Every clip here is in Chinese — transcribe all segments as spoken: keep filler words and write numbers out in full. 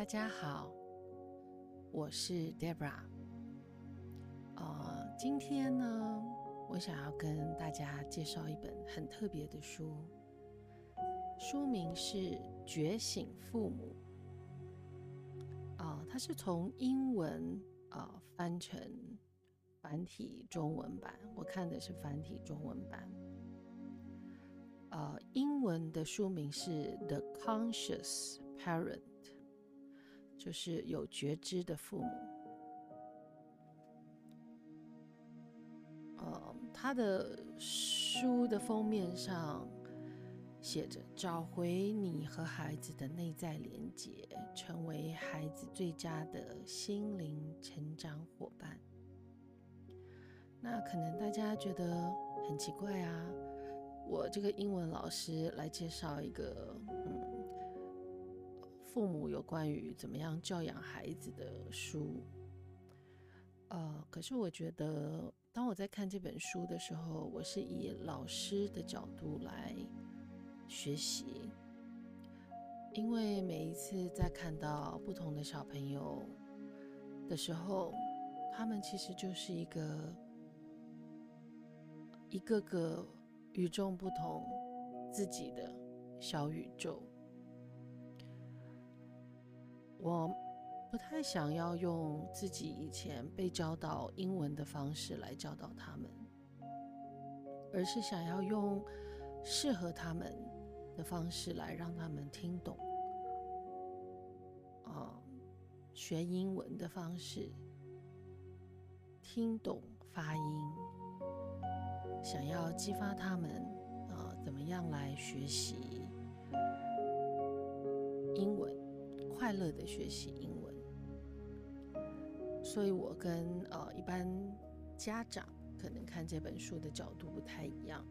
家好，我是 Debra。呃，今天呢，我想要跟大家介绍一本很特别的书，书名是《觉醒父母》。呃，它是从英文呃翻成繁体中文版，我看的是繁体中文版。呃，英文的书名是 The Conscious Parent， 就是有觉知的父母。呃，他的书的封面上写着找回你和孩子的内在连结，成为孩子最佳的心灵成长伙伴。那可能大家觉得很奇怪啊，我这个英文老师来介绍一个嗯，父母有关于怎么样教养孩子的书。呃，可是我觉得当我在看这本书的时候，我是以老师的角度来学习，因为每一次在看到不同的小朋友的时候，他们其实就是一个一个个与众不同自己的小宇宙。我不太想要用自己以前被教导英文的方式来教导他们，而是想要用适合他们的方式来让他们听懂。呃，学英文的方式，听懂发音，想要激发他们呃怎么样来学习英文，快乐的学习英文。所以我跟呃一般家长可能看这本书的角度不太一样。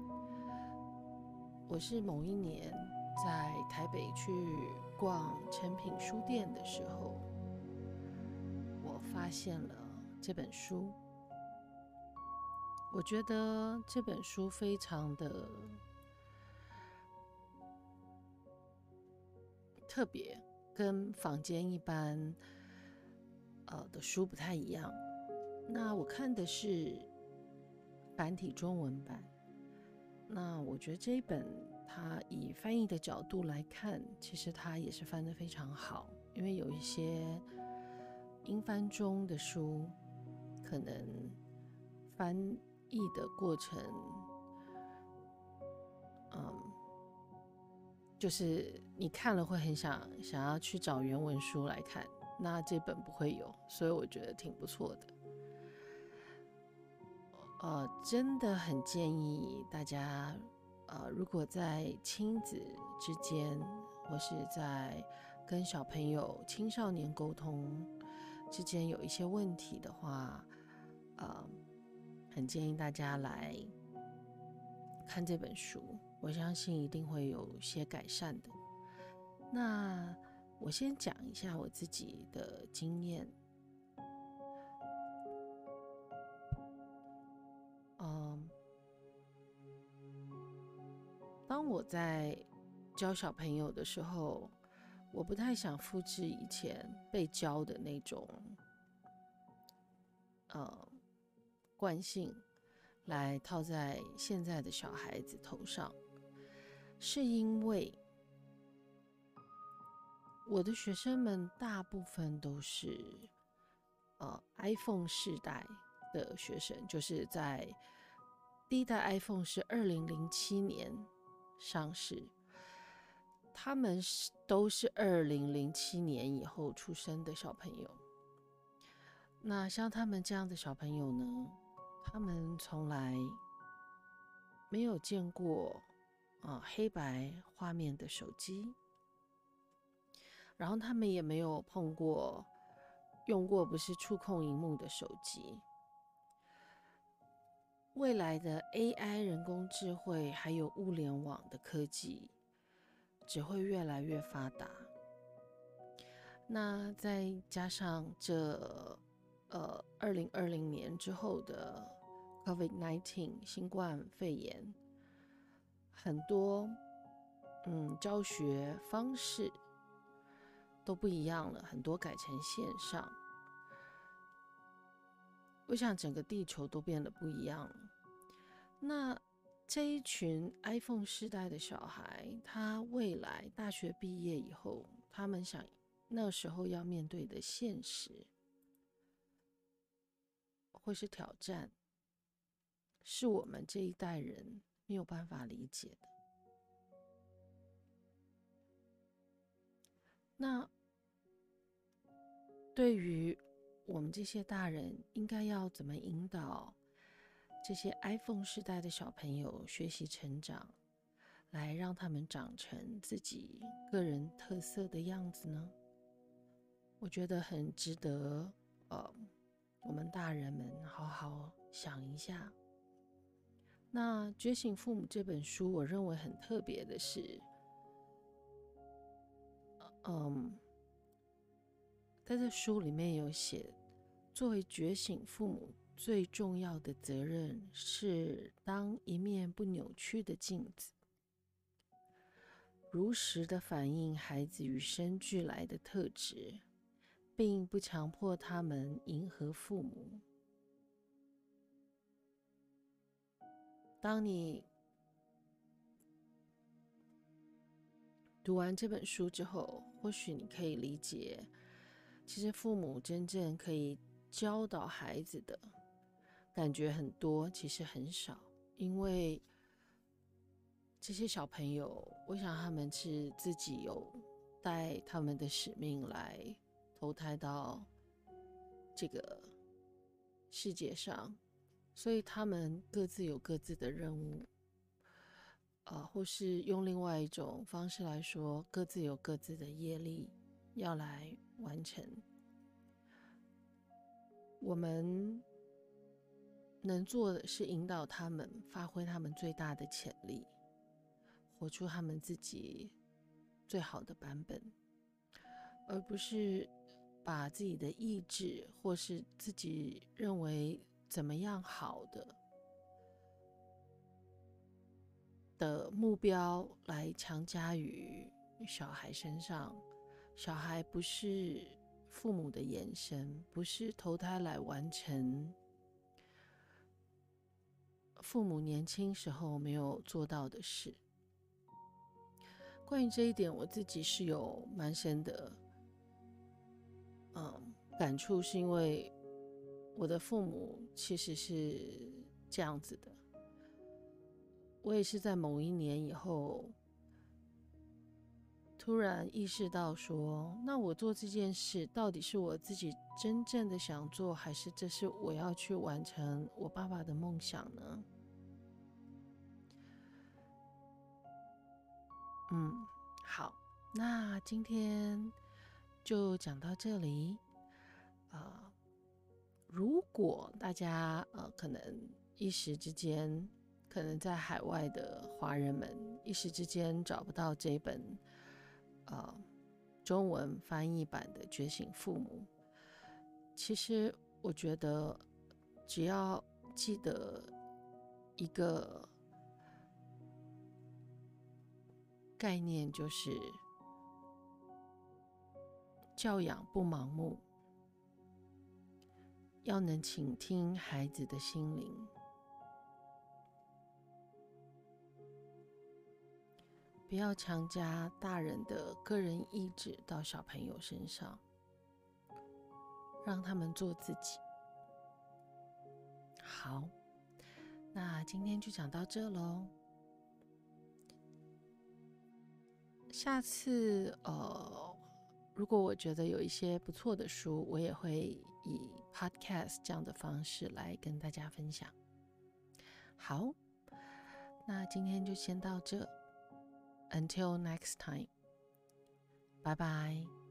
我是某一年在台北去逛诚品书店的时候，我发现了这本书。我觉得这本书非常的特别，跟坊间一般呃的书不太一样。那我看的是繁体中文版，那我觉得这一本它以翻译的角度来看，其实它也是翻得非常好，因为有一些英翻中的书可能翻译的过程嗯，就是你看了会很想想要去找原文书来看，那这本不会有，所以我觉得挺不错的。呃，真的很建议大家，呃，如果在亲子之间，或是在跟小朋友、青少年沟通之间有一些问题的话，呃，很建议大家来看这本书，我相信一定会有些改善的。那我先讲一下我自己的经验。嗯，当我在教小朋友的时候，我不太想复制以前被教的那种呃惯性来套在现在的小孩子头上，是因为我的学生们大部分都是呃 iPhone 世代的学生，就是在第一代 iPhone 是二零零七年上市，他们都是二零零七年以后出生的小朋友。那像他们这样的小朋友呢，他们从来没有见过、呃、黑白画面的手机，然后他们也没有碰过、用过不是触控萤幕的手机。未来的 A I 人工智慧还有物联网的科技只会越来越发达。那再加上这呃二零二零年之后的 COVID 十九 新冠肺炎，很多嗯教学方式都不一样了，很多改成线上。我想整个地球都变得不一样了。那这一群 iPhone 世代的小孩，他未来大学毕业以后，他们想那时候要面对的现实，或是挑战，是我们这一代人没有办法理解的。那对于我们这些大人，应该要怎么引导这些 iPhone 世代的小朋友学习成长，来让他们长成自己个人特色的样子呢？我觉得很值得呃，我们大人们好好想一下。那《觉醒父母》这本书，我认为很特别的是，嗯，在这书里面有写，作为觉醒父母最重要的责任是当一面不扭曲的镜子，如实的反映孩子与生俱来的特质，并不强迫他们迎合父母。当你读完这本书之后，或许你可以理解，其实父母真正可以教导孩子的感觉很多，其实很少。因为这些小朋友，我想他们是自己有带他们的使命来投胎到这个世界上，所以他们各自有各自的任务。呃，或是用另外一种方式来说，各自有各自的业力要来完成。我们能做的是引导他们发挥他们最大的潜力，活出他们自己最好的版本，而不是把自己的意志或是自己认为怎么样好的的目标来强加于小孩身上。小孩不是父母的延伸，不是投胎来完成父母年轻时候没有做到的事。关于这一点，我自己是有蛮深的嗯感触，是因为我的父母其实是这样子的。我也是在某一年以后，突然意识到说，那我做这件事到底是我自己真正的想做，还是这是我要去完成我爸爸的梦想呢？嗯，好，那今天就讲到这里。呃，如果大家呃可能一时之间，可能在海外的华人们一时之间找不到这本呃中文翻译版的《觉醒父母》，其实我觉得只要记得一个概念，就是教养不盲目，要能倾听孩子的心灵。不要强加大人的个人意志到小朋友身上，让他们做自己。好，那今天就讲到这咯。下次呃，如果我觉得有一些不错的书，我也会以 podcast 这样的方式来跟大家分享。好，那今天就先到这。Until next time，拜拜。